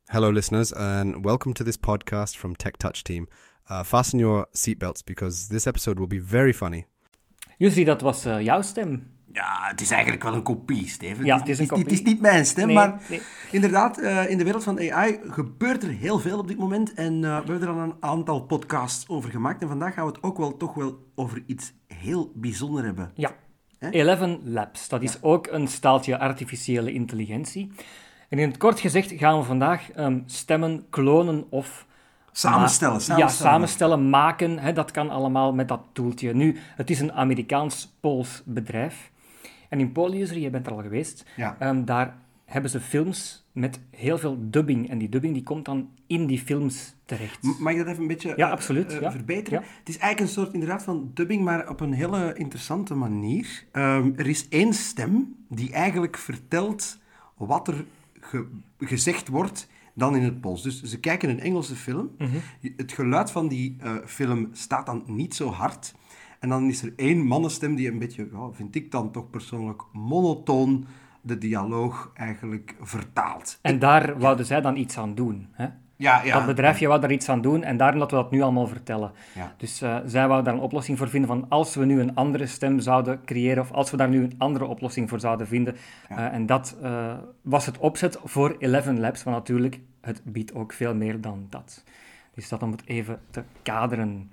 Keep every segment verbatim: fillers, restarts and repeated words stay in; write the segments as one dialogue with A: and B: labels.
A: Hello, listeners, and welcome to this podcast from Tech Touch Team. Uh, fasten your seatbelts because this episode will be very funny.
B: Jusri, dat was uh, jouw stem.
C: Ja, het is eigenlijk wel een kopie, Steven.
B: Ja, het is een kopie.
C: Het is niet mijn stem,
B: nee,
C: maar
B: nee.
C: inderdaad, uh, in de wereld van A I gebeurt er heel veel op dit moment. En uh, we hebben er al een aantal podcasts over gemaakt. En vandaag gaan we het ook wel toch wel over iets heel bijzonders hebben.
B: Ja,
C: Hè?
B: Eleven Labs. Dat is ja. ook een staaltje artificiële intelligentie. En in het kort gezegd gaan we vandaag um, stemmen klonen of...
C: Samenstellen,
B: ma-
C: samenstellen.
B: Ja, samenstellen, maken. Hè, dat kan allemaal met dat toeltje. Nu, het is een Amerikaans-Pools bedrijf. En in Polen, Jusri, je bent er al geweest,
C: Ja.
B: um, daar hebben ze films met heel veel dubbing. En die dubbing die komt dan in die films terecht.
C: M- Mag ik dat even een beetje
B: Ja,
C: uh,
B: absoluut,
C: uh,
B: ja.
C: verbeteren?
B: Ja.
C: Het is eigenlijk een soort inderdaad van dubbing, maar op een hele interessante manier. Um, er is één stem die eigenlijk vertelt wat er ge- gezegd wordt dan in het Pools. Dus ze kijken een Engelse film.
B: Mm-hmm.
C: Het geluid van die uh, film staat dan niet zo hard. En dan is er één mannenstem die een beetje, ja, vind ik dan toch persoonlijk, monotoon de dialoog eigenlijk vertaalt.
B: En daar wouden zij dan iets aan doen. Hè?
C: Ja, ja.
B: Dat bedrijfje wou daar iets aan doen en daarom dat we dat nu allemaal vertellen.
C: Ja.
B: Dus uh, zij wouden daar een oplossing voor vinden van als we nu een andere stem zouden creëren of als we daar nu een andere oplossing voor zouden vinden.
C: Ja.
B: Uh, en dat uh, was het opzet voor Eleven Labs, maar natuurlijk, het biedt ook veel meer dan dat. Dus dat om het even te kaderen.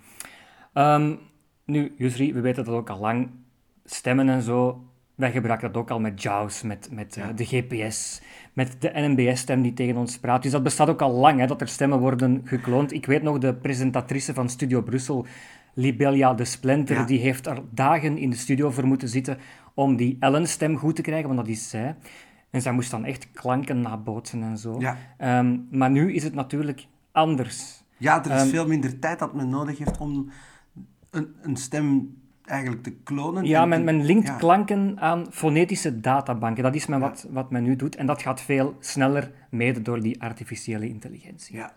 B: Um, nu, Jusri, we weten dat ook al lang. Stemmen en zo, wij gebruiken dat ook al met JAWS, met, met uh,
C: Ja.
B: de G P S, met de N M B S-stem die tegen ons praat. Dus dat bestaat ook al lang, hè, dat er stemmen worden gekloond. Ik weet nog, de presentatrice van Studio Brussel, Libelia de Splinter,
C: Ja.
B: die heeft er dagen in de studio voor moeten zitten om die Ellen-stem goed te krijgen, want dat is zij. En zij moest dan echt klanken nabootsen en zo.
C: Ja.
B: Um, maar nu is het natuurlijk anders.
C: Ja, er is
B: Um,
C: veel minder tijd dat men nodig heeft om een, een stem eigenlijk te klonen.
B: Ja,
C: en
B: men,
C: te-
B: men linkt
C: ja.
B: klanken aan fonetische databanken. Dat is men
C: Ja.
B: wat, wat men nu doet. En dat gaat veel sneller, mede door die artificiële intelligentie.
C: Ja.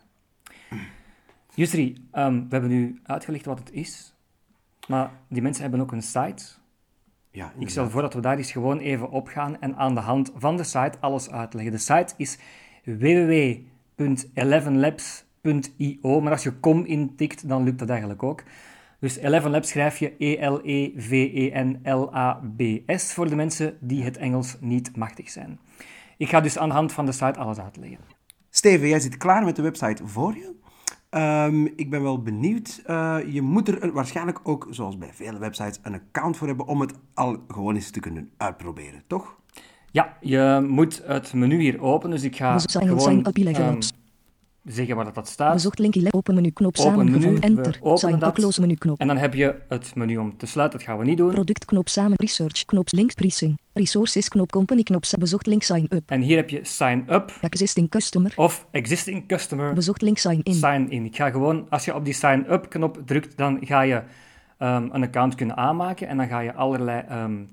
B: Jusri, um, we hebben nu uitgelegd wat het is. Maar die mensen hebben ook een site.
C: Ja,
B: Ik stel voor dat we daar eens gewoon even op gaan en aan de hand van de site alles uitleggen. De site is w w w punt eleven labs punt i o, maar als je com intikt, dan lukt dat eigenlijk ook. Dus Eleven Labs schrijf je E L E V E N L A B S voor de mensen die het Engels niet machtig zijn. Ik ga dus aan de hand van de site alles uitleggen.
C: Steven, jij zit klaar met de website voor je. Um, ik ben wel benieuwd. Uh, je moet er een- waarschijnlijk ook, zoals bij vele websites, een account voor hebben om het al gewoon eens te kunnen uitproberen, toch?
B: Ja, je moet het menu hier openen, dus ik ga
D: Bezoek Engels
B: gewoon
D: sign up Eleven
B: ehm,
D: Labs.
B: zeggen waar dat, dat staat.
D: Bezocht link in open menu knop
B: Open menu,
D: samengevallen.
B: we
D: Enter.
B: openen
D: Sign
B: dat.
D: up close menu knop.
B: En dan heb je het menu om te sluiten, dat gaan we niet doen.
D: Product knop samen. Research knop link pricing. Resources knop company knop sa- bezocht link sign up.
B: En hier heb je sign up
D: Existing customer.
B: of existing customer.
D: Bezocht link sign in.
B: Sign in. Ik ga gewoon, als je op die sign up knop drukt, dan ga je um, een account kunnen aanmaken en dan ga je allerlei um,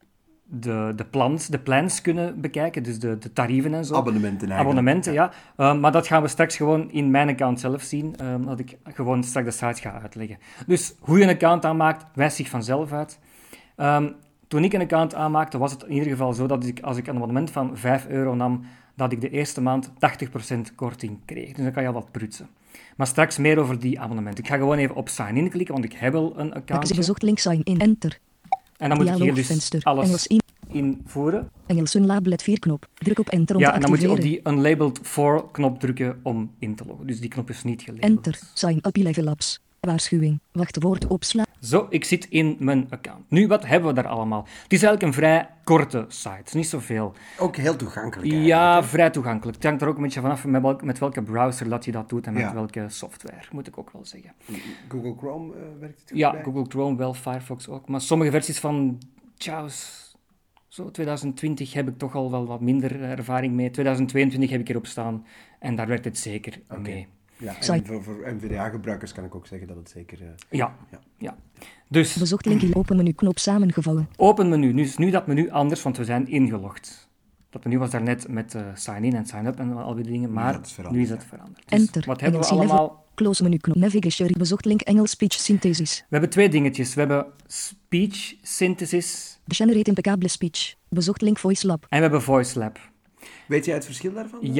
B: de, de, plans, de plans kunnen bekijken, dus de, de tarieven en zo.
C: Abonnementen eigenlijk.
B: Abonnementen, ja. Um, maar dat gaan we straks gewoon in mijn account zelf zien, um, dat ik gewoon straks de site ga uitleggen. Dus hoe je een account aanmaakt, wijst zich vanzelf uit. Um, toen ik een account aanmaakte, was het in ieder geval zo dat ik, als ik een abonnement van vijf euro nam, dat ik de eerste maand tachtig procent korting kreeg. Dus dan kan je al wat prutsen. Maar straks meer over die abonnementen. Ik ga gewoon even op sign in klikken, want ik heb al een
D: Access
B: account.
D: bezocht link sign in. Enter.
B: En dan moet ik hier dus
D: Dialoogvenster.
B: alles
D: Engels in.
B: invoeren.
D: Engels unlabeled vier knop. Druk op enter om
B: Ja,
D: te
B: en dan moet je
D: activeren.
B: op die unlabeled for knop drukken om in te loggen. Dus die knop is niet gelabeld.
D: Enter. Sign up Eleven Labs. Waarschuwing. Wachtwoord opslaan.
B: Zo, ik zit in mijn account. Nu, wat hebben we daar allemaal? Het is eigenlijk een vrij korte site, het is niet zoveel.
C: Ook heel toegankelijk eigenlijk.
B: Ja, vrij toegankelijk. Het hangt er ook een beetje vanaf met, welk, met welke browser dat je dat doet en met
C: Ja.
B: welke software, moet ik ook wel zeggen.
C: Google Chrome uh, werkt het goed
B: Ja,
C: bij?
B: Google Chrome wel, Firefox ook. Maar sommige versies van JAWS, zo twintig twintig, heb ik toch al wel wat minder ervaring mee. twintig tweeëntwintig heb ik erop staan en daar werkt het zeker
C: Oké.
B: mee.
C: Ja, en
D: Site.
C: voor, voor N V D A-gebruikers kan ik ook zeggen dat het zeker... Uh,
B: Ja,
C: Ja.
B: ja. Dus,
D: Bezocht link in open menu knop samengevallen.
B: open menu. Nu is nu dat menu anders, want we zijn ingelogd. Dat menu was daarnet met uh, sign-in en sign-up en al die dingen, maar
C: dat is veranderd,
B: nu is het
C: ja.
B: veranderd. Dus
D: Enter.
B: wat hebben we
D: Engels eleven.
B: allemaal?
D: Close menu knop. Navigation. Bezocht link Engels speech synthesis.
B: We hebben twee dingetjes. We hebben speech synthesis
D: Generate impeccable speech. Bezocht link voice lab.
B: en we hebben voice lab.
C: Weet jij het verschil daarvan?
B: Ja,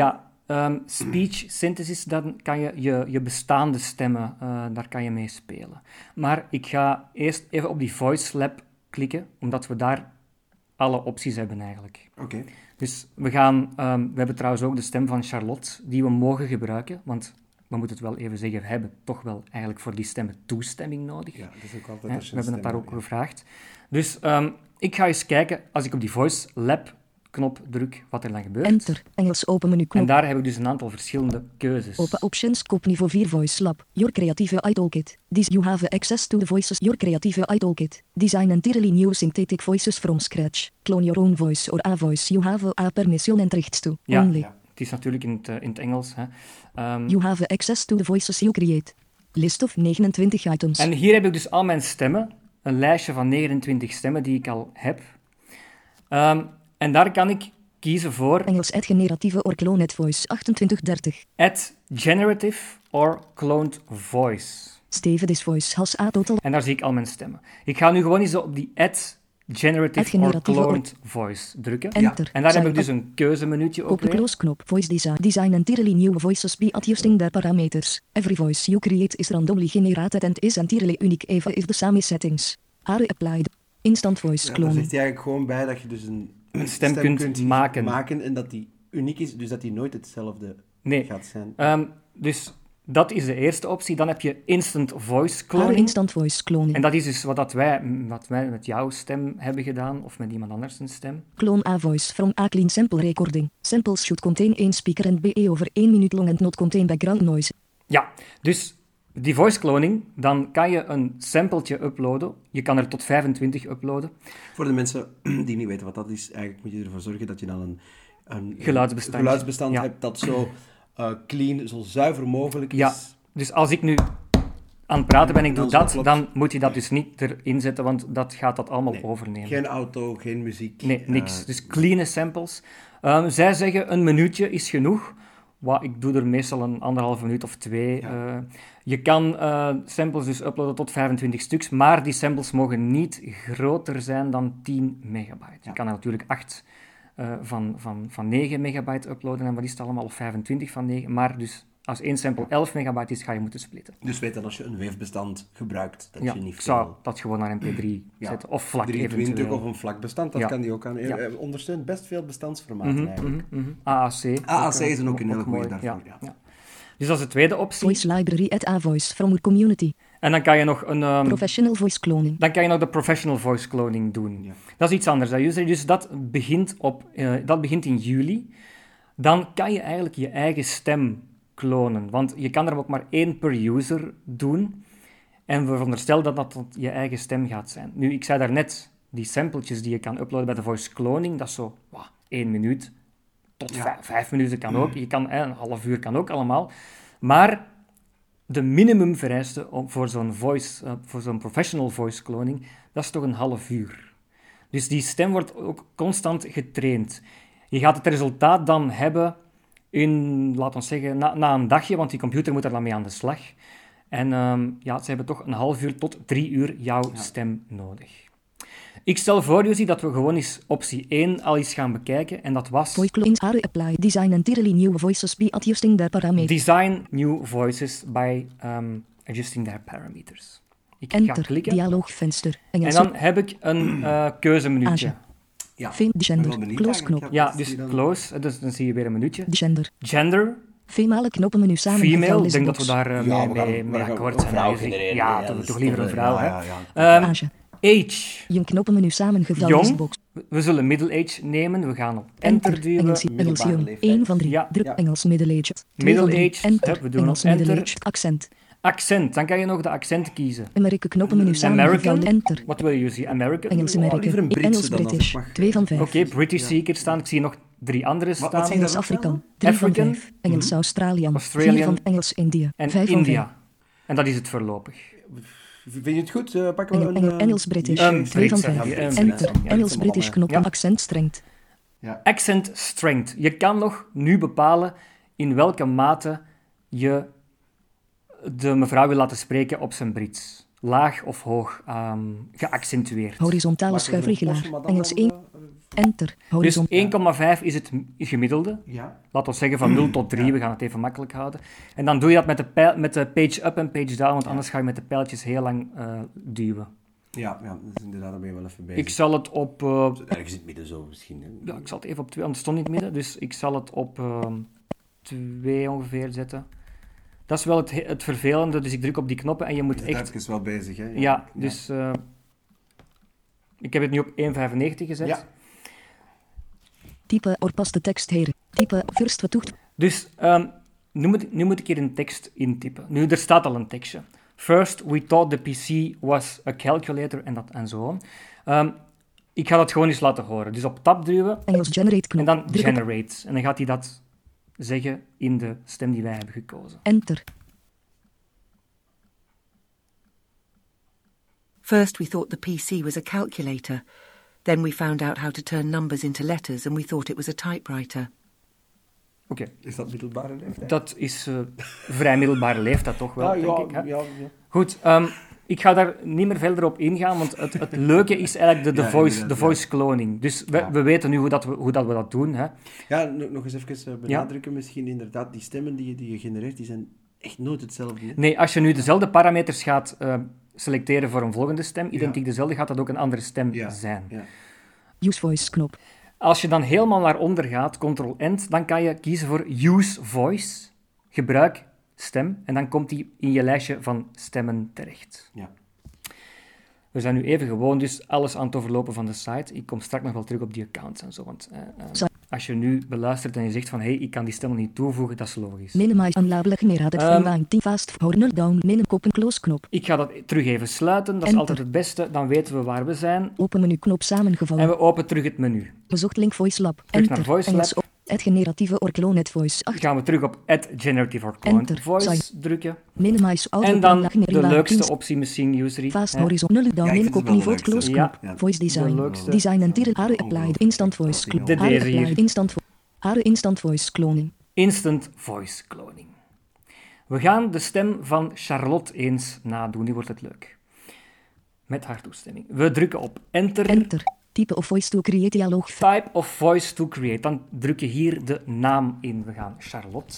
B: um, speech synthesis, dan kan je je, je bestaande stemmen, uh, daar kan je mee spelen. Maar ik ga eerst even op die Voice Lab klikken, omdat we daar alle opties hebben eigenlijk.
C: Oké. Okay.
B: Dus we gaan, um, we hebben trouwens ook de stem van Charlotte, die we mogen gebruiken, want we moeten het wel even zeggen, we hebben toch wel eigenlijk voor die stemmen toestemming nodig.
C: Ja, dat is ook altijd
B: He,
C: als je
B: we hebben het daar ook
C: ja.
B: gevraagd. Dus um, ik ga eens kijken, als ik op die Voice Lab knop druk, wat er dan gebeurt.
D: Enter, Engels open menu knop.
B: En daar heb ik dus een aantal verschillende keuzes.
D: Open options, kop niveau vier Voice Lab. Your creative idol kit. This you have access to the voices. Your creative idol kit. Design entirely new synthetic voices from scratch. Clone your own voice or a voice you have a permission and rights to.
B: Ja,
D: Only.
B: ja, het is natuurlijk in het, uh, in het Engels. Hè. Um,
D: you have access to the voices you create. List of negenentwintig items.
B: En hier heb ik dus al mijn stemmen. Een lijstje van negenentwintig stemmen die ik al heb. Um, en daar kan ik kiezen voor...
D: Engels add generatieve or cloned voice achtentwintig dertig.
B: Add generative or cloned voice.
D: Steven this voice has a total...
B: En daar zie ik al mijn stemmen. Ik ga nu gewoon eens op die add generative,
D: add generatieve
B: or cloned or... voice drukken.
D: Enter.
B: En daar
D: Zijn
B: heb ik dus een keuzemenuutje ook
D: Open
B: weer.
D: close knop. Voice design. Design entirely new voices by adjusting their parameters. Every voice you create is randomly generated and is entirely unique even if the same settings are applied. Instant voice
C: Ja,
D: cloning.
C: daar zegt hij eigenlijk gewoon bij dat je dus een,
B: een stem, stem kunt, kunt maken.
C: maken en dat die uniek is, dus dat die nooit hetzelfde
B: nee.
C: gaat zijn.
B: Um, dus dat is de eerste optie. Dan heb je instant voice cloning.
D: Instant voice cloning.
B: En dat is dus wat, dat wij, wat wij met jouw stem hebben gedaan, of met iemand anders een stem.
D: Clone a voice from a clean sample recording. Samples should contain één speaker and be over één minuut long and not contain background noise.
B: Ja, dus die voice cloning, dan kan je een sampletje uploaden. Je kan er tot vijfentwintig uploaden.
C: Voor de mensen die niet weten wat dat is, eigenlijk moet je ervoor zorgen dat je dan een, een
B: geluidsbestand,
C: een geluidsbestand
B: ja.
C: hebt dat zo uh, clean, zo zuiver mogelijk is.
B: Ja, dus als ik nu aan het praten ben en ik doe dat,
C: klopt.
B: dan moet je dat dus niet erin zetten, want dat gaat dat allemaal
C: nee,
B: overnemen.
C: Geen auto, geen muziek.
B: Nee, niks.
C: Uh,
B: dus clean samples. Um, zij zeggen een minuutje is genoeg. Wow, ik doe er meestal een anderhalf minuut of twee. Ja. Uh, je kan uh, samples dus uploaden tot vijfentwintig stuks, maar die samples mogen niet groter zijn dan tien megabyte. Ja. Je kan er natuurlijk acht uh, van, van, van negen megabyte uploaden en wat is het allemaal, of vijfentwintig van negen. Maar dus als één sample elf megabyte is, ga je moeten splitten.
C: Dus weet dan als je een weefbestand gebruikt, dat
B: ja,
C: je niet
B: ik
C: veel...
B: zou dat gewoon naar M P drie ja. zetten, of vlak
C: driehonderdtwintig
B: eventueel.
C: Of een vlak bestand, dat
B: ja.
C: kan die ook aan.
B: Ja.
C: Hij ondersteunt best veel bestandsformaten
B: mm-hmm,
C: eigenlijk.
B: Mm-hmm. A A C.
C: A A C is ook een hele goede
B: mooi.
C: daarvoor,
B: ja.
C: ja.
B: Ja. Dus dat is de tweede optie.
D: Voice library add a voice from your community.
B: En dan kan je nog een... Um,
D: professional voice cloning.
B: Dan kan je nog de professional voice cloning doen.
C: Ja.
B: Dat is iets anders. User. Dus dat begint, op, uh, dat begint in juli. Dan kan je eigenlijk je eigen stem klonen. Want je kan er ook maar één per user doen. En we veronderstellen dat dat je eigen stem gaat zijn. Nu, ik zei daarnet, die sampletjes die je kan uploaden bij de voice cloning, dat is zo wow, één minuut. Tot ja. vijf, vijf minuten kan ook. Je kan, eh, een half uur kan ook allemaal. Maar de minimumvereiste voor zo'n voice, uh, voor zo'n professional voice cloning, dat is toch een half uur. Dus die stem wordt ook constant getraind. Je gaat het resultaat dan hebben in, laten we zeggen, na, na een dagje, want die computer moet er dan mee aan de slag. En um, ja, ze hebben toch een half uur tot drie uur jouw ja. stem nodig. Ik stel voor, Jussi, dat we gewoon eens optie één al eens gaan bekijken. En dat was...
D: Voice clones are apply. Design entirely new voices by adjusting their parameters.
B: Design new voices by um, adjusting their parameters. Ik
D: Enter,
B: ga klikken.
D: dialoogvenster.
B: Engels en dan heb ik een uh, keuzemenuutje.
C: Ja,
D: gender, close knop.
B: Ja, dus close, dus dan zie je weer een minuutje.
D: Gender.
B: Gender.
D: Female knoppenmenu samen.
B: Female, ik denk dat we daar uh,
C: ja,
B: mee,
C: we gaan,
B: mee, mee akkoord zijn.
C: Ja,
B: ja, ja toch liever een vrouw.
C: Ja,
B: ja,
C: ja.
B: Um, age. age.
D: Jong knoppenmenu samengevouwen listbox.
B: We zullen middle age nemen. We gaan op enter, enter duwen.
D: Engels, Engels jong, één van drie.
B: Ja.
D: Druk
B: ja.
D: Engels middle age.
B: Middle age.
D: Enter.
B: We doen
D: Engels
B: enter.
D: Accent.
B: Accent, dan kan je nog de accent kiezen.
D: American knoppenmenu samengevouwen enter.
B: Wat wil je zien? American?
D: Engels American.
C: Oh,
D: Engels British. twee van vijf.
B: Oké, okay, British ja. zie ik hier staan. Ik zie nog drie andere staan.
C: Wat, wat
D: Engels Afrikaan. drie van vijf. Engels mm-hmm. Australian. vier van Engels India.
B: En
D: vijf
B: India.
D: Van
B: en dat is het voorlopig.
C: Vind je het goed? Uh, pakken we
D: Engel,
C: een...
D: Engels British.
B: Um,
D: twee van vijf.
B: Ja,
D: enter. Ja, Engels British knoppen. Ja. Accent strength.
B: Ja. Accent strength. Je kan nog nu bepalen in welke mate je de mevrouw wil laten spreken op zijn Brits. laag of hoog um, geaccentueerd.
D: Horizontale schuifregelaar. Engels één. Enter.
B: Dus
D: Horizon.
B: één komma vijf is het gemiddelde.
C: Ja.
B: Laten we zeggen van nul tot drie,
C: Ja.
B: we gaan het even makkelijk houden. En dan doe je dat met de, pijl, met de page up en page down, want anders ga je met de pijltjes heel lang uh, duwen.
C: Ja, ja, dat is inderdaad, daar ben je wel even bezig.
B: Ik zal het op... Uh,
C: Ergens in het midden zo misschien. Hè?
B: ja, ik zal het even op twee, want het stond in het midden, dus ik zal het op uh, twee ongeveer zetten. Dat is wel het, het vervelende, dus ik druk op die knoppen en je moet
C: Je bent
B: echt...
C: even wel bezig, hè?
B: Ja, ja dus... Uh, ik heb het nu op één komma vijfennegentig gezet.
C: Ja.
D: Type or pas de tekst heren. Type first wat toegt.
B: Dus um, nu, moet, nu moet ik hier een tekst intypen. Nu, er staat al een tekstje. First, we thought the P C was a calculator en, dat, en zo. Um, ik ga dat gewoon eens laten horen. Dus op tab duwen
D: Engels generate knop.
B: en dan
D: Druk op
B: generate. En dan gaat hij dat zeggen in de stem die wij hebben gekozen.
D: Enter.
E: First we thought the P C was a calculator. Then we found out how to turn numbers into letters and we thought it was a typewriter.
B: Oké, okay.
C: Is dat middelbare leeftijd?
B: Dat is uh, vrij middelbare leeftijd toch wel,
C: ja,
B: denk
C: ja,
B: ik. Hè?
C: Ja, ja.
B: Goed, um, ik ga daar niet meer verder op ingaan, want het, het leuke is eigenlijk de, de
C: Ja,
B: voice, de
C: ja.
B: voice cloning. Dus we,
C: Ja.
B: we weten nu hoe, dat we, hoe dat we dat doen. Hè.
C: Ja, nog nog eens even uh, benadrukken misschien. Inderdaad, die stemmen die je, die je genereert, die zijn echt nooit hetzelfde. Hè?
B: Nee, als je nu dezelfde parameters gaat uh, selecteren voor een volgende stem, identiek dezelfde, gaat dat ook een andere stem
C: Ja.
B: zijn.
C: Ja.
D: Use voice knop.
B: Als je dan helemaal naar onder gaat, Ctrl-End, dan kan je kiezen voor Use Voice, gebruik stem, en dan komt die in je lijstje van stemmen terecht.
C: Ja.
B: We zijn nu even gewoon dus alles aan het overlopen van de site. Ik kom straks nog wel terug op die accounts en zo, want uh, uh, als je nu beluistert en je zegt van hé, hey, ik kan die stem nog niet toevoegen, dat is logisch.
D: Minimize unlabelen generated
B: Um,
D: from team fast horner down minim koppen close knop.
B: Ik ga dat terug even sluiten, dat is
D: Enter.
B: altijd het beste, dan weten we waar we zijn.
D: Open menu knop samengevallen.
B: En we openen terug het menu.
D: Bezocht link voice lab.
B: Terug naar
D: Enter.
B: Voice Lab.
D: Engels op. Het generatieve or clone at voice
B: Dan
D: acht.
B: gaan we terug op Add Generative or Clone
D: Enter.
B: Voice drukken.
D: Minimize auto
B: En dan
D: plan
B: de leukste optie misschien, Usery.
D: Fast
B: hè.
D: horizon nul down
C: Ja, ik
D: min
C: vind
D: kop
C: het wel
D: niveau
C: de leukste.
D: close
B: Ja.
D: knop.
C: Ja.
D: Voice
B: De
D: design.
B: leukste.
D: Design en titel Are applied. Instant voice
C: De
D: clone. Are
B: deze hier.
D: applied. Instant vo- Are instant voice cloning.
B: Instant Voice Cloning. We gaan de stem van Charlotte eens nadoen, die wordt het leuk. Met haar toestemming. We drukken op Enter.
D: Enter. Type of voice to create dialoog.
B: Type of Voice to Create. Dan druk je hier de naam in. We gaan Charlotte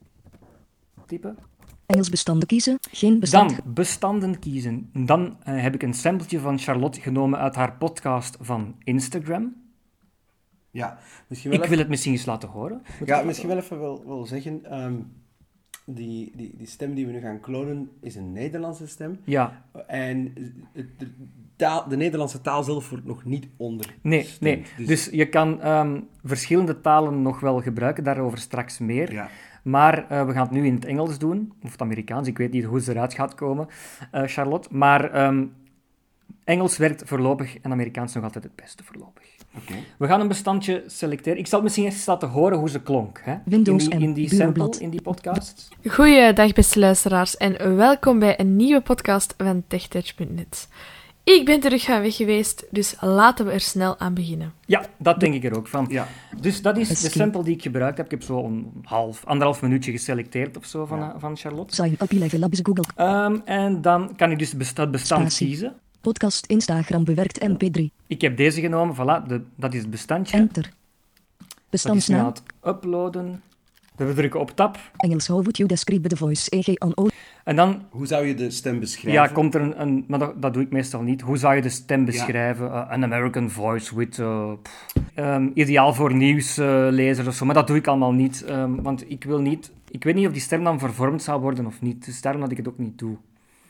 B: typen.
D: Engels bestanden kiezen. Geen bestand.
B: Dan bestanden kiezen. Dan uh, heb ik een sampletje van Charlotte genomen uit haar podcast van Instagram.
C: Ja, misschien wel
B: Ik
C: even,
B: wil het misschien eens laten horen. Moet
C: ja,
B: ik-
C: misschien wel even wel, wel zeggen... Um, die, die, die stem die we nu gaan klonen is een Nederlandse stem.
B: Ja,
C: En het, de, taal, de Nederlandse taal zelf wordt nog niet onder.
B: nee, nee. Dus je kan um, verschillende talen nog wel gebruiken, daarover straks meer.
C: Ja.
B: Maar uh, we gaan het nu in het Engels doen, of het Amerikaans, ik weet niet hoe het eruit gaat komen, uh, Charlotte. Maar um, Engels werkt voorlopig en Amerikaans nog altijd het beste voorlopig.
C: Okay.
B: We gaan een bestandje selecteren. Ik zal het misschien eens laten horen hoe ze klonk. Hè?
D: Windows
B: in die,
D: M,
B: in die
D: bureaublad.
B: sample, in die podcast.
F: Goeiedag beste luisteraars en welkom bij een nieuwe podcast van techtouch punt net. Ik ben terug gaan weg geweest, dus laten we er snel aan beginnen.
B: Ja, dat denk ik er ook van.
C: Ja.
B: Dus dat is de
D: Escape.
B: sample die ik gebruikt heb. Ik heb zo een half, anderhalf minuutje geselecteerd of zo van,
C: Ja.
B: uh, van Charlotte.
D: Sign up level labs Google.
B: Um, en dan kan ik dus het besta- bestand
D: Spatie.
B: kiezen.
D: Podcast Instagram bewerkt M P drie.
B: Ik heb deze genomen, voilà, de, dat is het bestandje.
D: Enter.
B: Dat is nu aan
D: Bestandsnaam.
B: het uploaden. We drukken op tab.
D: Engels how would you describe the voice E G on O.
B: En dan
C: Hoe zou je de stem beschrijven?
B: ja, komt er een... een maar dat, dat doe ik meestal niet. Hoe zou je de stem beschrijven? Uh, an American voice with... Uh, pff, um, ideaal voor nieuwslezers of zo. Maar dat doe ik allemaal niet. Um, want ik wil niet... Ik weet niet of die stem dan vervormd zou worden of niet. Dus daarom dat ik het ook niet doe.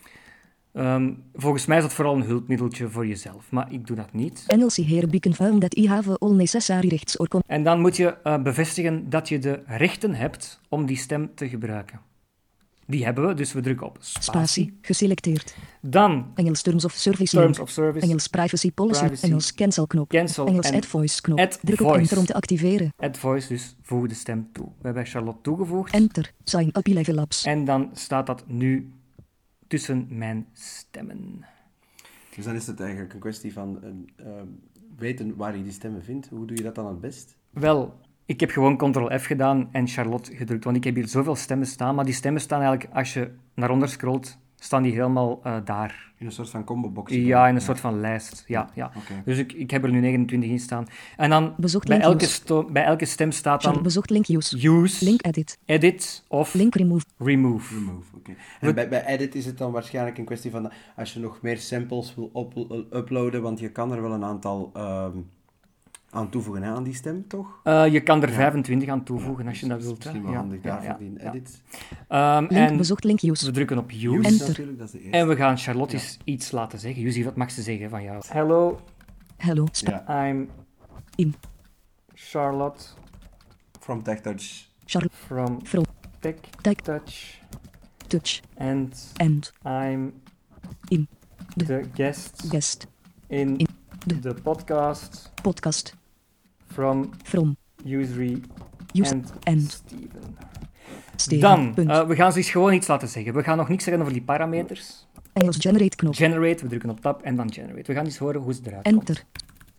B: Um, volgens mij is dat vooral een hulpmiddeltje voor jezelf. Maar ik doe dat niet.
D: N L C here be confirmed that I have all necessary rechts or con.
B: En dan moet je uh, bevestigen dat je de rechten hebt om die stem te gebruiken. Die hebben we, dus we drukken op spatie.
D: Spatie. Geselecteerd.
B: Dan
D: Engels Terms of Service
B: Terms
D: link.
B: of Service,
D: Engels Privacy Policy.
B: Privacy.
D: Engels Cancel knop.
B: Cancel
D: Engels
B: en
D: Add Voice knop.
B: Add
D: Druk op
B: Voice.
D: Enter om te activeren.
B: Add Voice, dus voeg de stem toe. We hebben Charlotte toegevoegd.
D: Enter. Sign up level labs.
B: En dan staat dat nu tussen mijn stemmen.
C: Dus dan is het eigenlijk een kwestie van uh, weten waar je die stemmen vindt. Hoe doe je dat dan het best?
B: Wel, ik heb gewoon control F gedaan en Charlotte gedrukt, want ik heb hier zoveel stemmen staan, maar die stemmen staan eigenlijk, als je naar onder scrolt, staan die helemaal uh, daar.
C: In een soort van combo-box?
B: Ja, in een ja. soort van lijst. Ja, ja.
C: Okay.
B: Dus ik, ik heb er nu negenentwintig in staan. En dan
D: bezocht
B: bij elke,
D: use.
B: sto- bij elke stem staat dan...
D: Bezocht link use.
B: Use.
D: Link edit.
B: Edit of...
D: Link remove.
B: Remove.
C: remove okay. En bij, bij edit is het dan waarschijnlijk een kwestie van... Als je nog meer samples wil up- uploaden, want je kan er wel een aantal... Um, aan toevoegen, hè, aan die stem, toch?
B: Uh, je kan er
C: ja.
B: vijfentwintig aan toevoegen, ja, als je
C: dus
B: dat wilt.
C: Misschien
B: hè?
C: wel
B: ja,
C: handig
B: ja,
C: daarvoor,
B: ja,
C: die
B: ja.
C: edit.
B: Um,
D: link,
B: en
D: bezocht link use.
B: we drukken op use.
C: use
D: Enter.
C: natuurlijk, dat is de eerste.
B: En we gaan Charlotte eens
C: ja.
B: iets laten zeggen. Juzie, wat mag ze zeggen van jou? Hello.
D: Hello. Sp-
C: Ja.
B: I'm
D: In.
B: Charlotte.
C: From TechTouch.
D: Charlotte.
B: From
D: From.
B: Tech
D: Tech.
B: Touch.
D: Touch.
B: And
D: And.
B: I'm
D: In.
B: the,
D: De.
B: guest,
D: Guest.
B: in,
D: In. De.
B: the podcast
D: Podcast.
B: from
D: From.
B: Usery
D: Use.
B: and,
D: And.
B: Steven.
D: Steven.
B: Dan,
D: Punt.
B: uh, we gaan ze eens gewoon iets laten zeggen. We gaan nog niks zeggen over die parameters.
D: Engels generate knop.
B: Generate, we drukken op tab en dan generate. We gaan eens horen hoe ze eruit
D: Enter.
B: komt.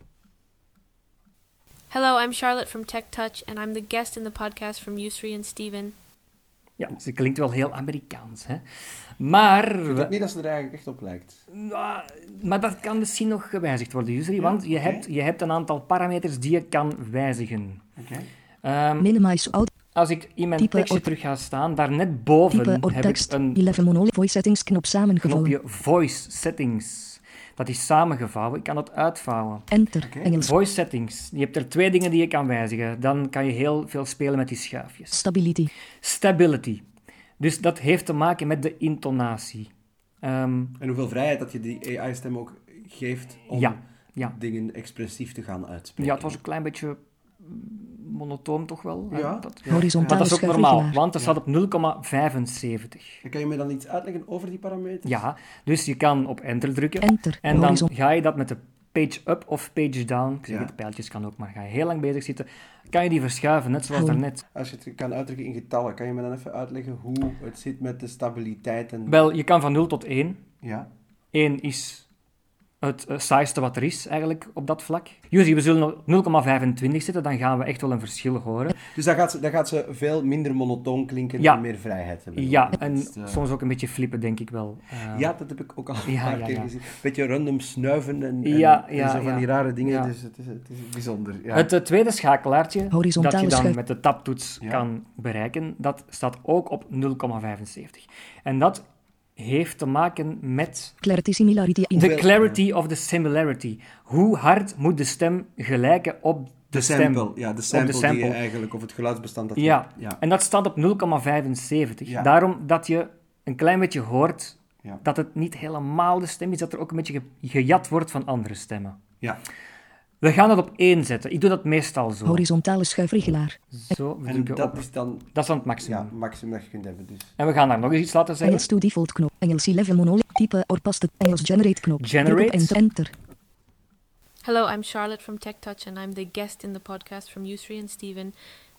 G: Hello, I'm Charlotte from Tech Touch, and I'm the guest in the podcast from Yusri and Steven.
B: Ja, ze klinkt wel heel Amerikaans, hè. Maar...
C: Ik denk niet dat ze er eigenlijk echt op lijkt.
B: Uh, maar dat kan misschien nog gewijzigd worden, Yusri,
C: Ja,
B: want je,
C: okay.
B: hebt, je hebt een aantal parameters die je kan wijzigen.
C: Okay.
B: Um,
D: Minimize out.
B: als ik in mijn
D: Type
B: tekstje
D: or-
B: terug ga staan, daar net boven
D: Type or
B: heb
D: tekst.
B: ik een
D: elf monolith voice settings knop samengevallen.
B: knopje Voice Settings. Dat is samengevouwen. Ik kan dat uitvouwen.
D: Enter.
C: Oké.
D: Engels.
B: Voice Settings. Je hebt er twee dingen die je kan wijzigen. Dan kan je heel veel spelen met die schuifjes.
D: Stability.
B: Stability. Dus dat heeft te maken met de intonatie. Um,
C: En hoeveel vrijheid dat je die A I-stem ook geeft om
B: Ja, ja.
C: dingen expressief te gaan uitspreken.
B: ja, het was een klein beetje monotoon toch wel. hè?
C: Ja.
B: Dat,
C: Ja.
B: maar
D: Horizontale
B: dat is ook normaal,
D: schuifregelaar.
B: want dat staat op nul komma vijfenzeventig.
C: En kan je me dan iets uitleggen over die parameters?
B: Ja, dus je kan op enter drukken.
D: Enter.
B: En dan
D: Horizon.
B: ga je dat met de page up of page down, ik zeg
C: Ja.
B: het, pijltjes kan ook, maar ga je heel lang bezig zitten, kan je die verschuiven, net zoals
D: Gewoon.
B: daarnet.
C: Als je het kan uitdrukken in getallen, kan je me dan even uitleggen hoe het zit met de stabiliteit en...
B: Wel, je kan van nul tot één.
C: Ja.
B: één is het uh, saaiste wat er is, eigenlijk, op dat vlak. Juzie, we zullen op nul komma vijfentwintig zitten, dan gaan we echt wel een verschil horen.
C: Dus dan gaat, ze, dan gaat ze veel minder monotoon klinken
B: Ja.
C: en meer vrijheid hebben.
B: Ja,
C: Dat
B: en
C: is, uh,
B: soms ook een beetje flippen, denk ik wel. Uh,
C: Ja, dat heb ik ook al een
B: Ja,
C: paar
B: ja,
C: keer
B: ja.
C: gezien. Beetje random snuiven en, en,
B: Ja,
C: en
B: ja,
C: zo van
B: ja.
C: die rare dingen.
B: Ja.
C: Dus het is, het is bijzonder. Ja.
B: Het uh, tweede schakelaartje,
D: Horizontale
B: dat je dan
D: schuif.
B: met de tabtoets
C: Ja.
B: kan bereiken, dat staat ook op nul komma vijfenzeventig. En dat heeft te maken met
D: Clarity similarity in.
B: de
C: Hoeveel-
B: clarity of the similarity. Hoe hard moet de stem gelijken op de,
C: de
B: stem?
C: sample, ja, de sample,
B: de sample.
C: die je eigenlijk, of het geluidsbestand dat je...
B: Ja.
C: ja.
B: En dat staat op nul komma vijfenzeventig.
C: Ja.
B: Daarom dat je een klein beetje hoort
C: Ja.
B: dat het niet helemaal de stem is, dat er ook een beetje ge- gejat wordt van andere stemmen.
C: Ja.
B: We gaan dat op één zetten. Ik doe dat meestal zo.
D: Horizontale schuifregelaar.
B: Zo, we
C: En
B: drukken
C: dat
B: op.
C: is dan
B: Dat is dan het maximum.
C: ja, maximum dat je kunt hebben. Dus.
B: En we gaan daar nog eens iets laten zeggen.
D: Engels to default knop. Engels elf monolith. Type or past het. Engels generate knop. Druk op
B: Generate.
D: enter. Enter.
G: Hello, I'm Charlotte from Tech Touch, and I'm the guest in the podcast from Yusri and Steven.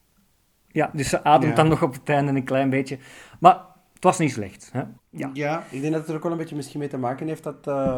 B: Ja, dus ze ademt
C: Ja.
B: dan nog op het einde een klein beetje. Maar het was niet slecht. Hè? Ja.
C: Ja, ik denk dat het er ook wel een beetje misschien mee te maken heeft dat, uh,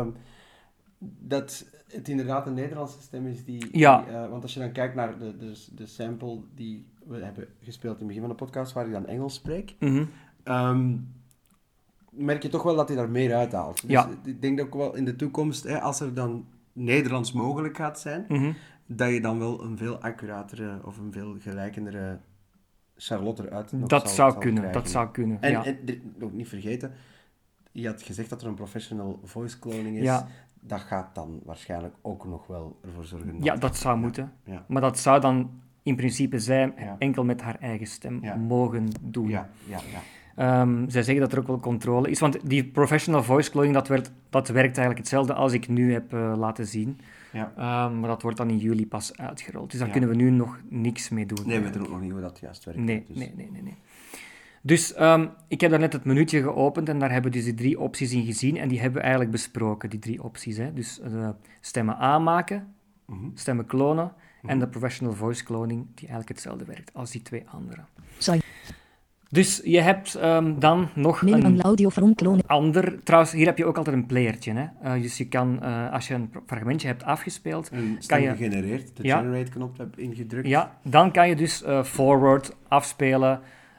C: dat het inderdaad een Nederlandse stem is die...
B: Ja.
C: die, uh, want als je dan kijkt naar de, de, de sample die we hebben gespeeld in het begin van de podcast, waar ik dan Engels spreek,
B: Mhm.
C: um, merk je toch wel dat hij daar meer uithaalt. Dus
B: Ja.
C: ik denk ook wel in de toekomst, hè, als er dan Nederlands mogelijk gaat zijn,
B: Mhm.
C: dat je dan wel een veel accuratere of een veel gelijkendere Charlotte eruit nog
B: Dat
C: zal,
B: zou
C: zal
B: kunnen,
C: krijgen.
B: dat zou kunnen.
C: En,
B: ja.
C: en dit- ook niet vergeten, je had gezegd dat er een professional voice cloning is.
B: Ja.
C: Dat gaat dan waarschijnlijk ook nog wel ervoor zorgen.
B: ja, dat zou moeten.
C: Ja.
B: Maar dat zou dan in principe zij
C: Ja.
B: enkel met haar eigen stem
C: Ja.
B: mogen doen.
C: Ja, ja, ja.
B: Ehm, zij zeggen dat er ook wel controle is, want die professional voice cloning, dat, werd, dat werkt eigenlijk hetzelfde als ik nu heb uh, laten zien.
C: ja.
B: Ehm, maar dat wordt dan in juli pas uitgerold. Dus daar
C: Ja.
B: kunnen we nu nog niks mee doen.
C: Nee, we weten ook nog niet hoe dat juist werkt.
B: Nee,
C: dus.
B: nee, nee, nee. nee. Dus um, ik heb daarnet het menuutje geopend en daar hebben we dus die drie opties in gezien en die hebben we eigenlijk besproken, die drie opties. Hè. Dus uh, stemmen aanmaken,
C: Mhm.
B: stemmen klonen en de professional voice cloning, die eigenlijk hetzelfde werkt als die twee andere.
D: Sign.
B: Dus je hebt um, dan nog
D: Min
B: een
D: aan audio from clone.
B: ander... Trouwens, hier heb je ook altijd een playertje. Hè. Uh, dus je kan, uh, als je een fragmentje hebt afgespeeld,
C: Een
B: kan
C: stem
B: je...
C: gegenereerd, de
B: Ja.
C: generate-knop heb ingedrukt.
B: Ja, dan kan je dus uh, forward afspelen,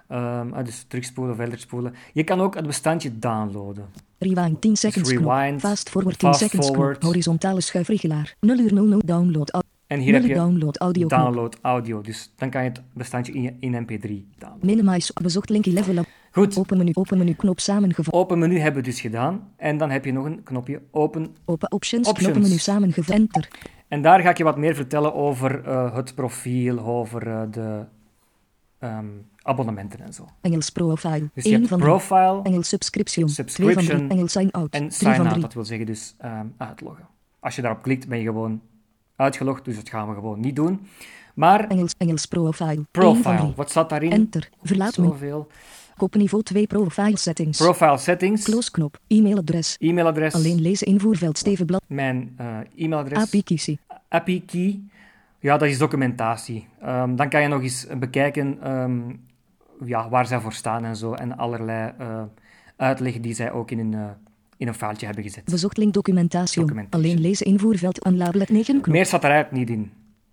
B: Um, uh, dus terugspoelen, verder spoelen. Je kan ook het bestandje downloaden.
D: Rewind tien seconds
B: Dus
D: knop.
B: rewind,
D: Fast forward tien
B: fast
D: seconds
B: forward.
D: knop. Horizontale schuifregelaar. nul uur nul nul download. au-
B: En hier
D: nul
B: heb je
D: download audio knop.
B: download audio. Dus dan kan je het bestandje in, in M P drie downloaden.
D: Minimize bezocht link level up.
B: Goed,
D: Open menu. Open menu knop samengevat.
B: open menu hebben we dus gedaan. En dan heb je nog een knopje open.
D: Open options.
B: Options.
D: Knoppenmenu samengevat. Enter.
B: En daar ga ik je wat meer vertellen over uh, het profiel, over uh, de um, abonnementen en zo.
D: Engels profile.
B: Dus je
D: één
B: hebt
D: van drie.
B: profile
D: Engels subscription. twee
B: Subscription
D: van drie. Engels sign out.
B: en
D: drie
B: sign
D: van
B: out.
D: drie.
B: Dat wil zeggen dus um, uitloggen. Als je daarop klikt, ben je gewoon uitgelogd. Dus dat gaan we gewoon niet doen. Maar
D: Engels, Engels profile. één van
B: profile,
D: drie.
B: wat staat daarin?
D: Enter. Verlaat menu.
B: Zoveel.
D: Kopniveau twee profile settings.
B: Profile settings,
D: Close knop. E-mailadres.
B: e-mailadres,
D: Alleen lezen invoerveld Stevenblad.
B: mijn uh, e-mailadres,
D: A P I kiezen.
B: A P I key. Ja, dat is documentatie. Um, dan kan je nog eens bekijken um, ja, waar zij voor staan en zo. En allerlei uh, uitleg die zij ook in een, uh, in een foutje hebben gezet.
D: Bezocht link documentatie.
B: Documentation.
D: Alleen lezen invoerveld unlabeled negen knop.
B: Meer staat er eigenlijk niet in.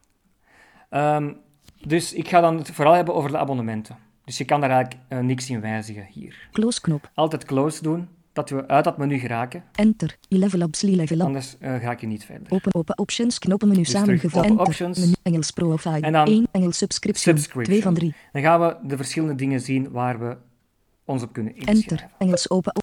B: Um, dus ik ga dan het vooral hebben over de abonnementen. Dus je kan daar eigenlijk uh, niks in wijzigen hier.
D: Close knop.
B: Altijd close doen, dat we uit dat menu geraken.
D: Enter. Level up, level up.
B: Anders uh, ga ik je niet verder.
D: Open, open options, knoppenmenu
B: Dus terug
D: samengevat.
B: open
D: Enter.
B: options.
D: Menu, Engels profile.
B: En dan
D: één. Engels subscription.
B: subscription.
D: twee van drie.
B: Dan gaan we de verschillende dingen zien waar we ons op kunnen
D: Enter.
B: inschrijven.
D: Engels open op.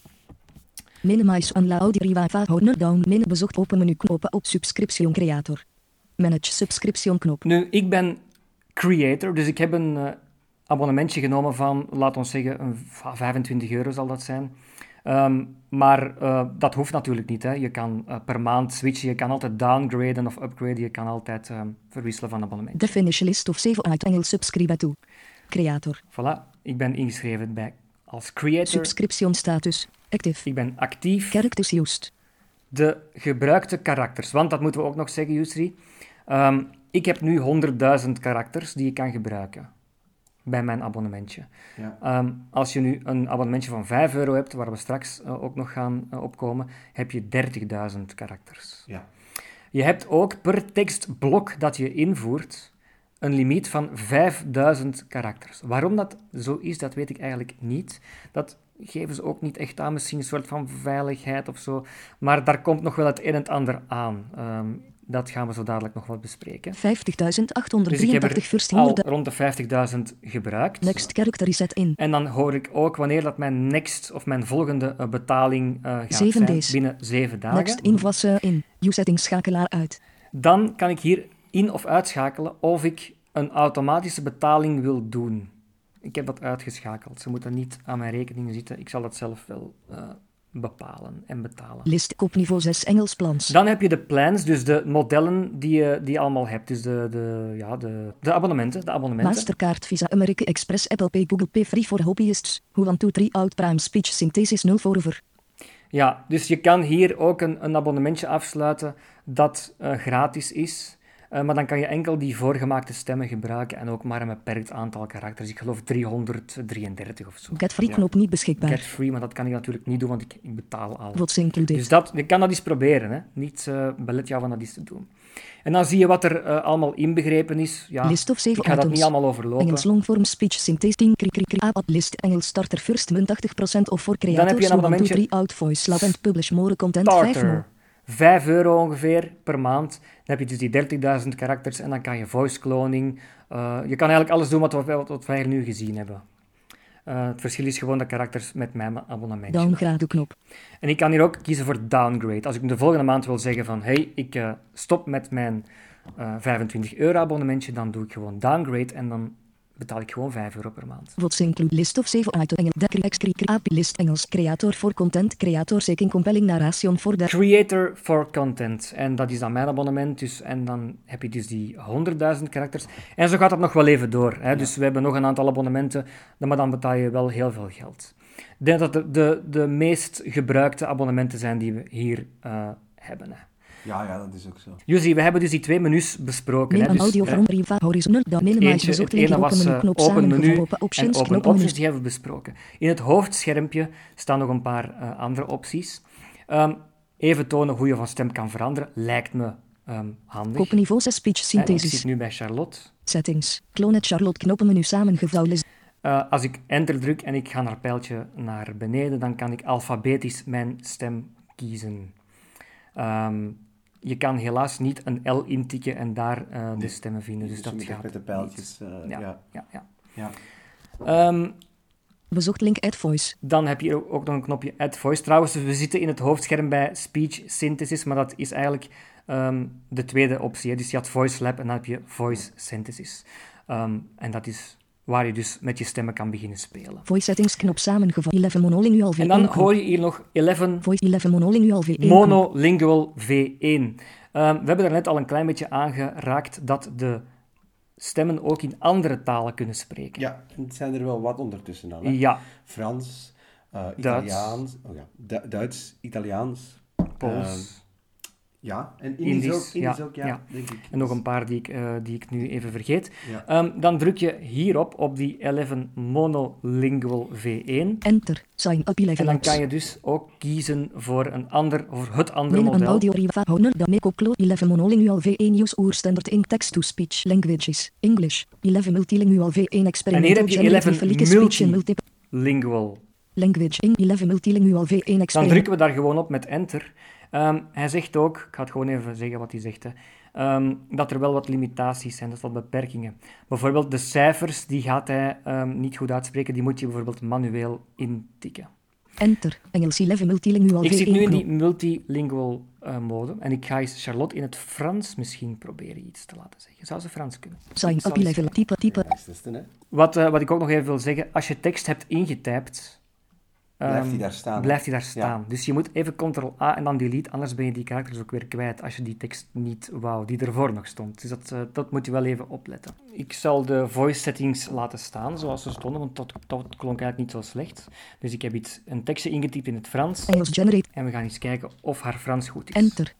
D: Minimize unload rewind houden down min bezocht open menu knoppen op subscription creator. Manage subscription knop.
B: Nu, ik ben creator, dus ik heb een uh, abonnementje genomen van, laat ons zeggen, een vijfentwintig euro zal dat zijn. Um, maar uh, dat hoeft natuurlijk niet. Hè. Je kan uh, per maand switchen, je kan altijd downgraden of upgraden, je kan altijd um, verwisselen van abonnement.
D: Definition list of save uit Engels subscribe to. Creator.
B: Voilà, ik ben ingeschreven bij, als creator.
D: Subscription status. Active.
B: Ik ben actief.
D: Characters used.
B: De gebruikte karakters, want dat moeten we ook nog zeggen, Yusri. Um, ik heb nu honderdduizend karakters die je kan gebruiken bij mijn abonnementje.
C: Ja.
B: Um, als je nu een abonnementje van vijf euro hebt, waar we straks uh, ook nog gaan uh, opkomen, heb je dertigduizend karakters.
C: Ja.
B: Je hebt ook per tekstblok dat je invoert een limiet van vijfduizend karakters. Waarom dat zo is, dat weet ik eigenlijk niet. Dat geven ze ook niet echt aan, misschien een soort van veiligheid of zo. Maar daar komt nog wel het een en het ander aan. Um, dat gaan we zo dadelijk nog wat bespreken.
D: vijftigduizend
B: Dus ik heb
D: achthonderddrieëntachtig first
B: er al
D: honderd.
B: rond de vijftigduizend gebruikt.
D: Next character reset in.
B: En dan hoor ik ook wanneer dat mijn next of mijn volgende uh, betaling uh, gaat
D: Zeven
B: zijn.
D: days.
B: Binnen zeven dagen.
D: Next inwassen in. Use settings schakelaar uit.
B: Dan kan ik hier in- of uitschakelen of ik een automatische betaling wil doen. Ik heb dat uitgeschakeld. Ze moeten niet aan mijn rekening zitten. Ik zal dat zelf wel uh, bepalen en betalen.
D: List kopniveau zes Engels plans.
B: Dan heb je de plans, dus de modellen die je, die je allemaal hebt. Dus de, de, ja, de, de abonnementen. De abonnementen.
D: Mastercard, Visa, American Express, Apple Pay, Google Pay, Free voor hobbyists. Who one two three out prime speech synthesis nul voor over.
B: Ja, dus je kan hier ook een, een abonnementje afsluiten dat uh, gratis is. Uh, maar dan kan je enkel die voorgemaakte stemmen gebruiken en ook maar een beperkt aantal karakters. Ik geloof driehonderddrieëndertig of zo.
D: Get free
B: Ja.
D: knop niet beschikbaar.
B: Get free, maar dat kan ik natuurlijk niet doen, want ik, ik betaal al.
D: What's included.
B: Dus dat, je kan dat eens proberen, hè. Niet uh, belet jou van dat eens te doen. En dan zie je wat er uh, allemaal inbegrepen is. Ja,
D: List of zeven
B: ik ga dat
D: items.
B: niet allemaal overlopen.
D: Engels longform speech synthesis tien kri kri kri app list Engels starter first min tachtig procent of voor
B: Dan heb
D: creators
B: je een
D: who one two
B: abonnementje.
D: three out voice lab and publish more content vijf
B: Starter.
D: more.
B: vijf euro ongeveer per maand. Dan heb je dus die dertigduizend karakters en dan kan je voice cloning. Uh, je kan eigenlijk alles doen wat we, wat, wat wij hier nu gezien hebben. Uh, het verschil is gewoon de karakters met mijn abonnement.
D: Downgrade knop.
B: En ik kan hier ook kiezen voor downgrade. Als ik de volgende maand wil zeggen van hey, ik uh, stop met mijn uh, vijfentwintig euro abonnementje, dan doe ik gewoon downgrade en dan betaal ik gewoon vijf euro per maand.
D: What's include list of zeven items Engels dekri x kri kri app list Engels creator for content creator seeking compelling narration for the
B: Creator for content. En dat is dan mijn abonnement. Dus, en dan heb je dus die honderdduizend karakters. En zo gaat dat nog wel even door. Hè. Dus we hebben nog een aantal abonnementen, maar dan betaal je wel heel veel geld. Ik denk dat de, de, de meest gebruikte abonnementen zijn die we hier uh, hebben. Hè.
C: Ja, ja, dat is ook zo.
B: Jussi, we hebben dus die twee menus besproken.
D: Min
B: Hè.
D: een
B: Dus,
D: audio
B: hè,
D: from riva horizontal down minimize
B: eentje,
D: bezocht
B: het
D: link
B: ene
D: open
B: was
D: menu
B: uh,
D: knop
B: open
D: samengevat
B: menu
D: open
B: en
D: options
B: open
D: knoppenmenu.
B: options, die hebben we besproken. In het hoofdschermpje staan nog een paar uh, andere opties. Um, even tonen hoe je van stem kan veranderen, lijkt me um, handig.
D: Kopniveau zes speech
B: Hè, ik
D: synthesis.
B: zit nu bij Charlotte.
D: Settings. Clone Charlotte knoppenmenu samengevouwen.
B: Uh, als ik enter druk en ik ga naar pijltje naar beneden, dan kan ik alfabetisch mijn stem kiezen. Um, je kan helaas niet een L intikken en daar uh, de
C: nee.
B: stemmen vinden. Dus, dus dat gaat
C: met de pijltjes. Uh,
B: ja,
C: ja.
B: ja, ja.
C: ja.
B: Um,
D: Bezocht link Add Voice.
B: Dan heb je ook nog een knopje Add Voice. Trouwens, we zitten in het hoofdscherm bij Speech Synthesis, maar dat is eigenlijk um, de tweede optie. Hè. Dus je had Voice Lab en dan heb je Voice Synthesis. Um, en dat is waar je dus met je stemmen kan beginnen spelen.
D: Voice Settings knop samengevat. elf monolingual V één.
B: En dan hoor je hier nog elf
D: Voice elf monolingual V één.
B: Monolingual V één. Um, we hebben er net al een klein beetje aangeraakt dat de stemmen ook in andere talen kunnen spreken.
C: Ja, er zijn er wel wat ondertussen dan. Hè?
B: Ja.
C: Frans, uh, Italiaans, oh ja, Du- Duits, Italiaans,
B: Pools.
C: Uh, ja, en Indisch,
B: Indisch,
C: ook, Indisch
B: ja,
C: ook, ja,
B: ja.
C: denk ik.
B: En nog een paar die ik, uh, die ik nu even vergeet.
C: Ja.
B: Um, dan druk je hierop, op die elf Monolingual V één.
D: Enter. Sign up elf
B: En dan
D: apps.
B: kan je dus ook kiezen voor, een ander, voor het andere
D: Binnen een
B: model.
D: audio riva honor da meco clo elf monolingual V één use oer standard in text-to-speech languages. English. elf multilingual V één
B: En hier
D: experimental
B: heb je
D: generative
B: elf
D: verlieke speech in multiple
B: multilingual.
D: language. In elf multilingual V één
B: Dan
D: experimental.
B: drukken we daar gewoon op met enter. Um, hij zegt ook, ik ga het gewoon even zeggen wat hij zegt, hè, um, dat er wel wat limitaties zijn, dat wat beperkingen. Bijvoorbeeld de cijfers, die gaat hij um, niet goed uitspreken, die moet je bijvoorbeeld manueel intikken.
D: Enter. Engels elf multilingual
B: Ik
D: V één.
B: zit nu in die
D: knop.
B: multilingual uh, mode en ik ga eens Charlotte in het Frans misschien proberen iets te laten zeggen. Zou ze Frans kunnen?
D: Sign
B: Ik zal
D: up
B: eens-
D: elf type type.
C: Ja, is het, hè?
B: Wat, uh, wat ik ook nog even wil zeggen, als je tekst hebt ingetypt,
C: Blijft
B: um,
C: die daar staan, hè?
B: Blijft die daar staan.
C: Ja.
B: Dus je moet even Ctrl-A en dan delete, anders ben je die karakters ook weer kwijt als je die tekst niet wou, die ervoor nog stond. Dus dat, uh, dat moet je wel even opletten. Ik zal de voice settings laten staan zoals ze stonden, want dat, dat klonk eigenlijk niet zo slecht. Dus ik heb iets, een tekstje ingetypt in het Frans
D: Engels generate.
B: en we gaan eens kijken of haar Frans goed is.
D: Enter.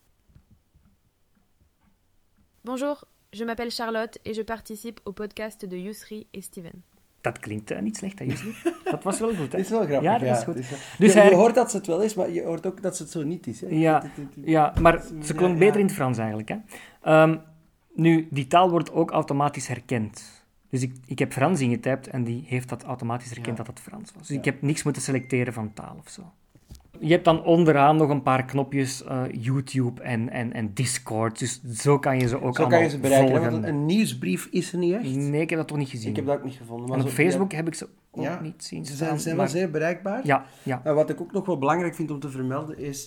G: Bonjour, je m'appelle Charlotte et je participe au podcast de Yusri et Steven.
B: Dat klinkt uh, niet slecht, hè, Jusri? Dat was wel goed, hè?
C: Dat is wel grappig,
B: Ja, dat
C: ja.
B: is goed.
C: Het is wel-
B: Dus
C: je,
B: hij-
C: je hoort dat ze het wel is, maar je hoort ook dat ze het zo niet is. Hè?
B: Ja,
C: Het- het- het-
B: ja, maar ze klonk
C: Ja,
B: beter
C: ja.
B: in het Frans eigenlijk. Hè. Um, nu, die taal wordt ook automatisch herkend. Dus ik, ik heb Frans ingetypt en die heeft dat automatisch herkend
C: Ja.
B: dat het Frans was. Dus
C: Ja.
B: ik heb niks moeten selecteren van taal of zo. Je hebt dan onderaan nog een paar knopjes, uh, YouTube en, en, en Discord. Dus zo kan je ze ook
C: Zo
B: allemaal
C: kan je ze bereiken, hè,
B: volgen.
C: want een, een nieuwsbrief is er niet echt.
B: Nee, ik heb dat toch niet gezien.
C: Ik heb dat ook niet gevonden. Maar
B: en op
C: zo-
B: Facebook
C: ja,
B: heb ik ze ook
C: Ja,
B: niet zien
C: ze
B: staan.
C: zijn, zijn
B: maar-
C: wel zeer bereikbaar.
B: Ja, ja.
C: En wat ik ook nog wel belangrijk vind om te vermelden is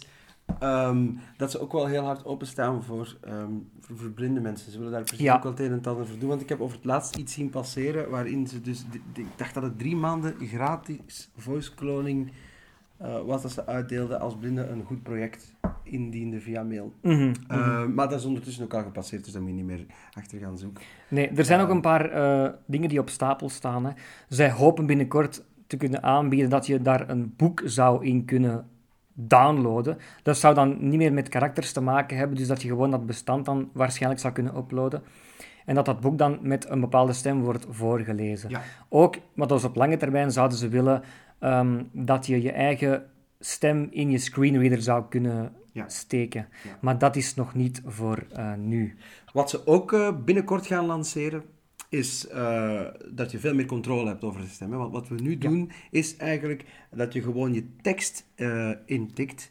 C: um, dat ze ook wel heel hard openstaan voor, um, voor, voor blinde mensen. Ze willen daar precies
B: Ja.
C: ook wel het een en het ander voor doen. Want ik heb over het laatst iets zien passeren waarin ze dus... de- de- ik dacht dat het drie maanden gratis voice cloning uh, was dat ze uitdeelden als blinden een goed project indiende via mail.
B: Mhm, mhm.
C: Uh, maar dat is ondertussen ook al gepasseerd, dus daar moet je niet meer achter gaan zoeken.
B: Nee, er zijn ook een paar uh, dingen die op stapel staan. Hè. Zij hopen binnenkort te kunnen aanbieden dat je daar een boek zou in kunnen downloaden. Dat zou dan niet meer met karakters te maken hebben, dus dat je gewoon dat bestand dan waarschijnlijk zou kunnen uploaden. En dat dat boek dan met een bepaalde stem wordt voorgelezen.
C: Ja.
B: Ook, maar dat is op lange termijn, zouden ze willen um, dat je je eigen stem in je screenreader zou kunnen
C: Ja.
B: steken.
C: Ja.
B: Maar dat is nog niet voor uh, nu.
C: Wat ze ook uh, binnenkort gaan lanceren, is uh, dat je veel meer controle hebt over de stem. Hè? Want wat we nu doen, is eigenlijk dat je gewoon je tekst uh, intikt.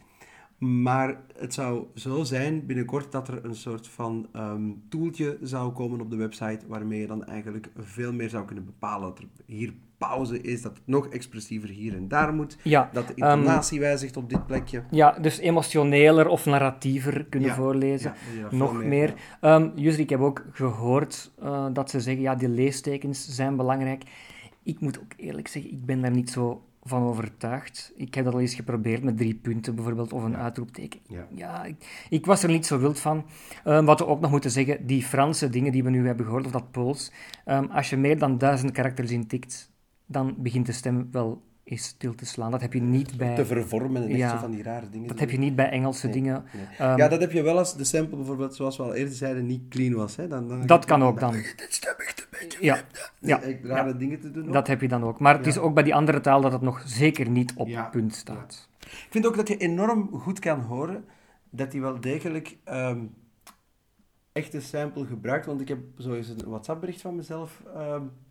C: Maar het zou zo zijn binnenkort dat er een soort van um, toeltje zou komen op de website, waarmee je dan eigenlijk veel meer zou kunnen bepalen dat er hier pauze is, dat het nog expressiever hier en daar moet,
B: Ja,
C: dat de intonatie um, wijzigt op dit plekje.
B: Ja, dus emotioneler of narratiever kunnen
C: Ja,
B: voorlezen.
C: ja, dat je dat
B: Nog
C: veel
B: meer.
C: meer,
B: meer. Um, Jusri, ik heb ook gehoord uh, dat ze zeggen, ja, die leestekens zijn belangrijk. Ik moet ook eerlijk zeggen, ik ben daar niet zo van overtuigd. Ik heb dat al eens geprobeerd met drie punten bijvoorbeeld, of een
C: Ja.
B: uitroepteken.
C: Ja.
B: Ja, ik, ik was er niet zo wild van. Um, wat we ook nog moeten zeggen, die Franse dingen die we nu hebben gehoord, of dat Pools, um, als je meer dan duizend karakters intikt, dan begint de stem wel eens stil te slaan. Dat heb je niet bij...
C: Te vervormen en echt
B: Ja,
C: zo van die rare dingen.
B: Dat
C: doen.
B: heb je niet bij Engelse
C: Nee,
B: dingen.
C: nee.
B: Um,
C: Ja, dat heb je wel als de sample bijvoorbeeld, zoals we al eerder zeiden, niet clean was. Hè? Dan, dan
B: Dat kan ook dan.
C: Dit stem echt een beetje
B: Ja,
C: vreemd, hè.
B: ja,
C: Echt rare
B: ja.
C: dingen te doen. ook.
B: Dat heb je dan ook. Maar het is
C: Ja.
B: ook bij die andere taal dat het nog zeker niet op
C: Ja.
B: punt staat.
C: Ik vind ook dat je enorm goed kan horen dat hij wel degelijk um, echt een sample gebruikt. Want ik heb zo eens een WhatsApp-bericht van mezelf um,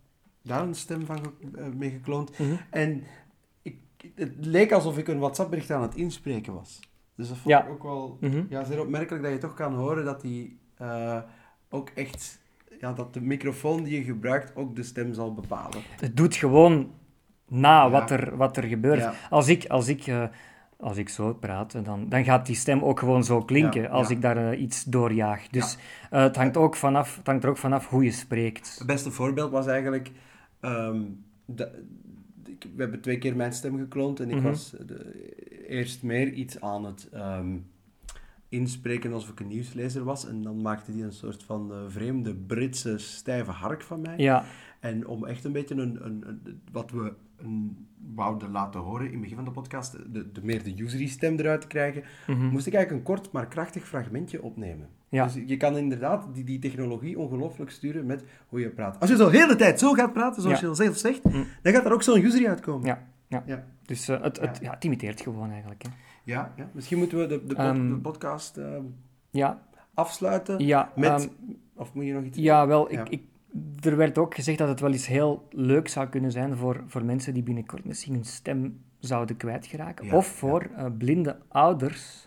C: daar een stem van ge- uh, mee gekloond.
B: Mhm.
C: En ik, het leek alsof ik een WhatsApp-bericht aan het inspreken was. Dus dat vond
B: Ja.
C: ik ook wel
B: Mhm.
C: ja, zeer opmerkelijk dat je toch kan horen dat die uh, ook echt... Ja, dat de microfoon die je gebruikt ook de stem zal bepalen.
B: Het doet gewoon na
C: Ja.
B: wat, er, wat er gebeurt.
C: Ja.
B: Als ik, als ik, uh, als ik zo praat, dan, dan gaat die stem ook gewoon zo klinken
C: Ja,
B: als
C: ja.
B: ik daar uh, iets doorjaag. Dus uh, het, hangt ook vanaf, het hangt er ook vanaf hoe je spreekt.
C: Het beste voorbeeld was eigenlijk... Um, de, ik, we hebben twee keer mijn stem gekloond en ik
B: Mhm.
C: was de, eerst meer iets aan het um, inspreken alsof ik een nieuwslezer was. En dan maakte hij een soort van uh, vreemde Britse stijve hark van mij.
B: Ja,
C: En om echt een beetje een, een, een, wat we een, wouden laten horen in het begin van de podcast, de, de meer de usery-stem eruit te krijgen,
B: mhm.
C: moest ik eigenlijk een kort maar krachtig fragmentje opnemen.
B: Ja.
C: Dus je kan inderdaad die, die technologie ongelooflijk sturen met hoe je praat. Als je zo de hele tijd zo gaat praten, zoals
B: Ja.
C: je al zelf zegt,
B: Mm.
C: dan gaat er ook zo'n usery uitkomen.
B: Ja, ja.
C: Ja.
B: Dus uh, het, het,
C: Ja.
B: ja, het imiteert gewoon eigenlijk. Hè.
C: Ja, ja. Misschien moeten we de, de, pod-
B: Um,
C: de podcast uh,
B: Ja,
C: afsluiten
B: ja,
C: met...
B: um,
C: of moet je nog iets...
B: ja, wel,
C: Ja.
B: ik, ik, er werd ook gezegd dat het wel eens heel leuk zou kunnen zijn voor, voor mensen die binnenkort misschien hun stem zouden kwijtgeraken.
C: Ja,
B: of voor uh, blinde ouders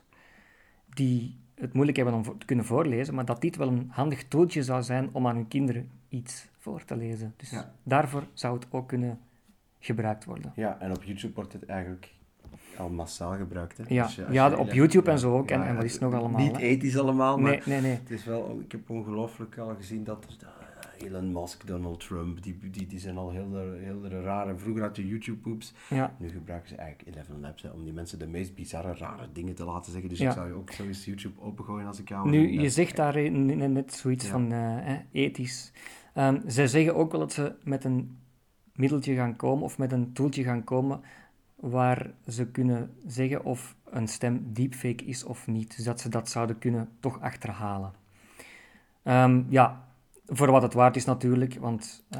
B: die het moeilijk hebben om vo- te kunnen voorlezen, maar dat dit wel een handig toeltje zou zijn om aan hun kinderen iets voor te lezen. Dus
C: Ja.
B: daarvoor zou het ook kunnen gebruikt worden.
C: Ja, en op YouTube wordt het eigenlijk al massaal gebruikt. Hè?
B: Ja,
C: Als je- als
B: ja
C: je-
B: op YouTube en zo ook. En,
C: Ja,
B: en wat is het nog
C: het-
B: allemaal?
C: Niet
B: hè?
C: ethisch allemaal, maar
B: Nee, nee, nee.
C: het is wel... Ik heb ongelooflijk al gezien dat er... uh, Elon Musk, Donald Trump, die, die, die zijn al heel, de- heel de rare... Vroeger had je YouTube-poeps.
B: Ja.
C: Nu gebruiken ze eigenlijk Eleven Labs hè, om die mensen de meest bizarre, rare dingen te laten zeggen. Dus
B: Ja.
C: ik zou je ook zo eens YouTube opengooien als ik jou...
B: Nu,
C: en,
B: je
C: uh,
B: zegt daar eh, n- net zoiets
C: Ja.
B: van eh, eh, ethisch. Um, zij zeggen ook wel dat ze met een middeltje gaan komen, of met een toeltje gaan komen, waar ze kunnen zeggen of een stem deepfake is of niet. Dus dat ze dat zouden kunnen toch achterhalen. Um, ja, voor wat het waard is natuurlijk, want uh,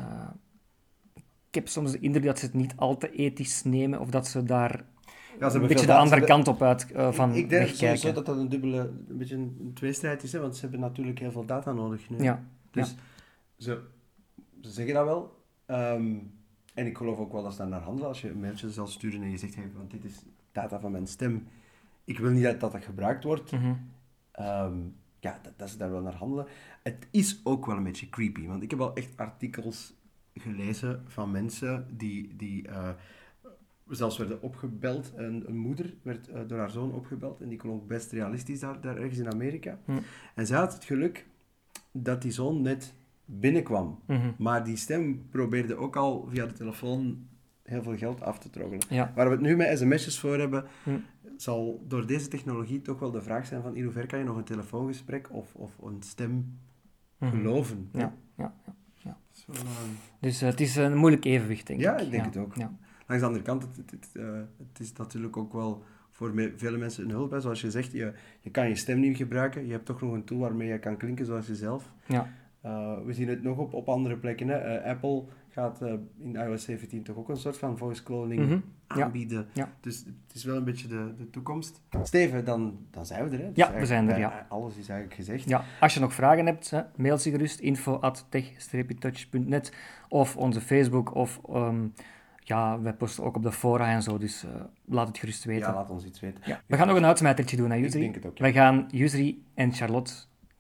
B: ik heb soms de indruk dat ze het niet al te ethisch nemen, of dat ze daar
C: Ja, ze
B: een
C: hebben
B: beetje
C: veel
B: de
C: data-
B: andere
C: ze
B: kant op uit uh, van
C: ik, ik denk
B: wegkijken.
C: sowieso dat dat een dubbele, een beetje een, een tweestrijd is, hè, want ze hebben natuurlijk heel veel data nodig nu.
B: Ja,
C: Dus ze, ze zeggen dat wel. Um, en ik geloof ook wel dat ze daar naar handelen. Als je een mailtje zal sturen en je zegt, hey, want dit is data van mijn stem. Ik wil niet dat dat, dat gebruikt wordt.
B: Mhm.
C: Um, ja, dat, dat ze daar wel naar handelen. Het is ook wel een beetje creepy, want ik heb al echt artikels gelezen van mensen die, die uh, zelfs werden opgebeld. Een, een moeder werd uh, door haar zoon opgebeld en die klonk best realistisch daar, daar ergens in Amerika.
B: Hm.
C: En zij had het geluk dat die zoon net binnenkwam.
B: Mhm.
C: Maar die stem probeerde ook al via de telefoon heel veel geld af te troggelen.
B: Ja.
C: Waar we het nu met sms'jes voor hebben,
B: Hm.
C: zal door deze technologie toch wel de vraag zijn van in hoever kan je nog een telefoongesprek of, of een stem
B: Mhm.
C: geloven. hè?
B: Ja, ja, ja.
C: Zo, uh,
B: Dus uh, het is een moeilijk evenwicht, denk
C: Ja,
B: ik.
C: ik denk het ook.
B: Ja.
C: Langs de andere kant, het, het, het, uh, het is natuurlijk ook wel voor me, vele mensen een hulp. Hè. Zoals je zegt, je, je kan je stem niet gebruiken. Je hebt toch nog een tool waarmee je kan klinken zoals jezelf.
B: Ja.
C: Uh, we zien het nog op, op andere plekken. Hè. Uh, Apple gaat uh, in i O S zeventien toch ook een soort van voice cloning
B: Mhm. Ja.
C: aanbieden.
B: Ja.
C: Dus het is wel een beetje de, de toekomst. Steven, dan, dan zijn we er. Hè. Dus
B: Ja, we
C: eigenlijk,
B: zijn er,
C: uh,
B: ja.
C: Alles is eigenlijk gezegd.
B: Ja, als je nog vragen hebt, hè, mail ze gerust info at tech touch punt net of onze Facebook of um, ja, wij posten ook op de fora en zo, dus uh, laat het gerust weten.
C: Ja, laat ons iets weten.
B: Ja. We gaan nog een uitsmijtertje doen, hè,
C: Ik
B: Yusri?
C: denk het ook, ja.
B: Wij gaan Yusri en Charlotte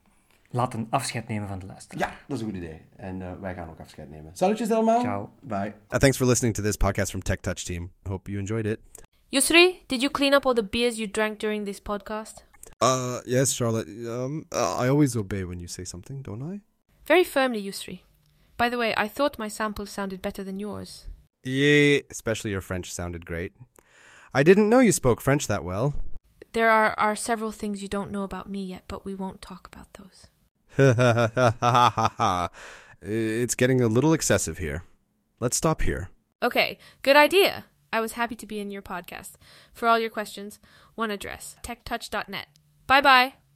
B: laten afscheid nemen van de luisteraar.
C: Ja, dat is een goed idee. En uh, wij gaan ook afscheid nemen. Salutjes allemaal.
B: Ciao.
C: Bye.
A: Uh, thanks for listening to this podcast from Tech Touch team. Hope you enjoyed it.
G: Yusri, did you clean up all the beers you drank during this podcast?
A: Uh, yes, Charlotte. Um, uh, I always obey when you say something, don't I?
G: Very firmly, Yusri. By the way, I thought my sample sounded better than yours.
A: Yeah, especially your French sounded great. I didn't know you spoke French that well.
G: There are, are several things you don't know about me yet, but we won't talk about those.
A: It's getting a little excessive here. Let's stop here.
G: Okay, good idea. I was happy to be in your podcast. For all your questions, one address, tech touch dot net. Bye bye.